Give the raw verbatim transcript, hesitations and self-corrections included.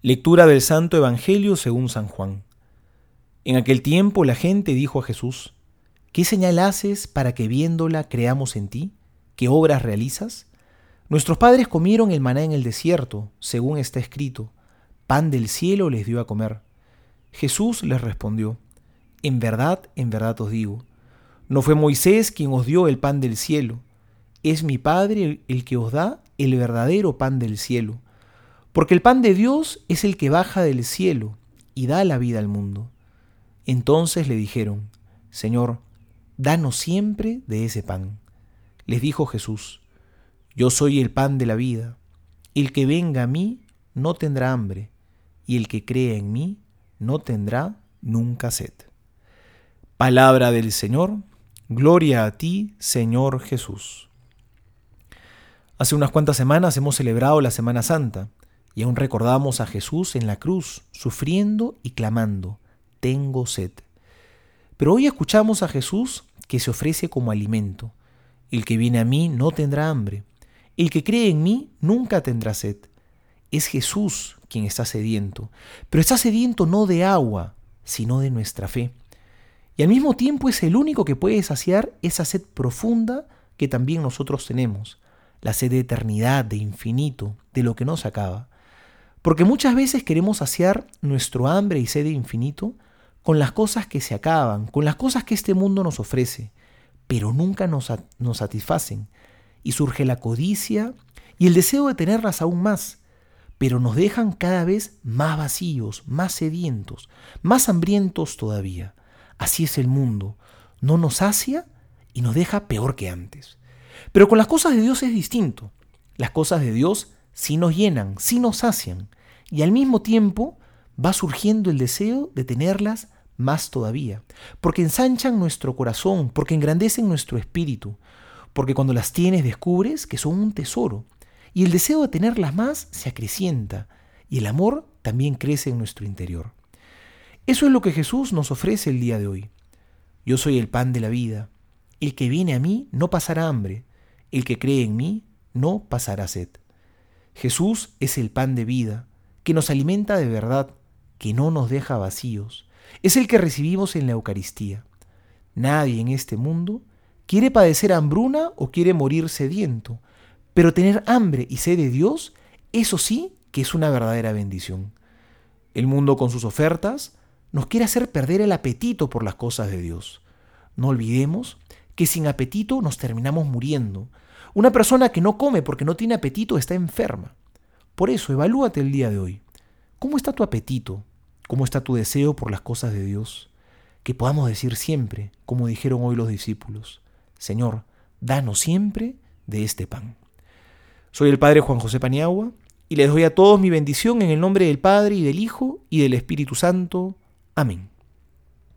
Lectura del Santo Evangelio según San Juan. En aquel tiempo la gente dijo a Jesús: ¿Qué señal haces para que viéndola creamos en ti? ¿Qué obras realizas? Nuestros padres comieron el maná en el desierto, según está escrito: pan del cielo les dio a comer. Jesús les respondió: En verdad, en verdad os digo, no fue Moisés quien os dio el pan del cielo, es mi Padre el que os da el verdadero pan del cielo. Porque el pan de Dios es el que baja del cielo y da la vida al mundo. Entonces le dijeron: Señor, danos siempre de ese pan. Les dijo Jesús: Yo soy el pan de la vida. El que venga a mí no tendrá hambre, y el que crea en mí no tendrá nunca sed. Palabra del Señor. Gloria a ti, Señor Jesús. Hace unas cuantas semanas hemos celebrado la Semana Santa y aún recordamos a Jesús en la cruz, sufriendo y clamando: tengo sed. Pero hoy escuchamos a Jesús que se ofrece como alimento. El que viene a mí no tendrá hambre. El que cree en mí nunca tendrá sed. Es Jesús quien está sediento, pero está sediento no de agua, sino de nuestra fe. Y al mismo tiempo es el único que puede saciar esa sed profunda que también nosotros tenemos, la sed de eternidad, de infinito, de lo que no se acaba. Porque muchas veces queremos saciar nuestro hambre y sed de infinito con las cosas que se acaban, con las cosas que este mundo nos ofrece, pero nunca nos, nos satisfacen. Y surge la codicia y el deseo de tenerlas aún más, pero nos dejan cada vez más vacíos, más sedientos, más hambrientos todavía. Así es el mundo, no nos sacia y nos deja peor que antes. Pero con las cosas de Dios es distinto. Las cosas de Dios sí nos llenan, sí nos sacian, y al mismo tiempo va surgiendo el deseo de tenerlas más todavía, porque ensanchan nuestro corazón, porque engrandecen nuestro espíritu, porque cuando las tienes descubres que son un tesoro, y el deseo de tenerlas más se acrecienta, y el amor también crece en nuestro interior. Eso es lo que Jesús nos ofrece el día de hoy. Yo soy el pan de la vida. El que viene a mí no pasará hambre. El que cree en mí no pasará sed. Jesús es el pan de vida, que nos alimenta de verdad, que no nos deja vacíos. Es el que recibimos en la Eucaristía. Nadie en este mundo quiere padecer hambruna o quiere morir sediento, pero tener hambre y sed de Dios, eso sí que es una verdadera bendición. El mundo con sus ofertas nos quiere hacer perder el apetito por las cosas de Dios. No olvidemos que sin apetito nos terminamos muriendo. Una persona que no come porque no tiene apetito está enferma. Por eso, evalúate el día de hoy. ¿Cómo está tu apetito? ¿Cómo está tu deseo por las cosas de Dios? Que podamos decir siempre, como dijeron hoy los discípulos: Señor, danos siempre de este pan. Soy el Padre Juan José Paniagua y les doy a todos mi bendición en el nombre del Padre y del Hijo y del Espíritu Santo. Amén.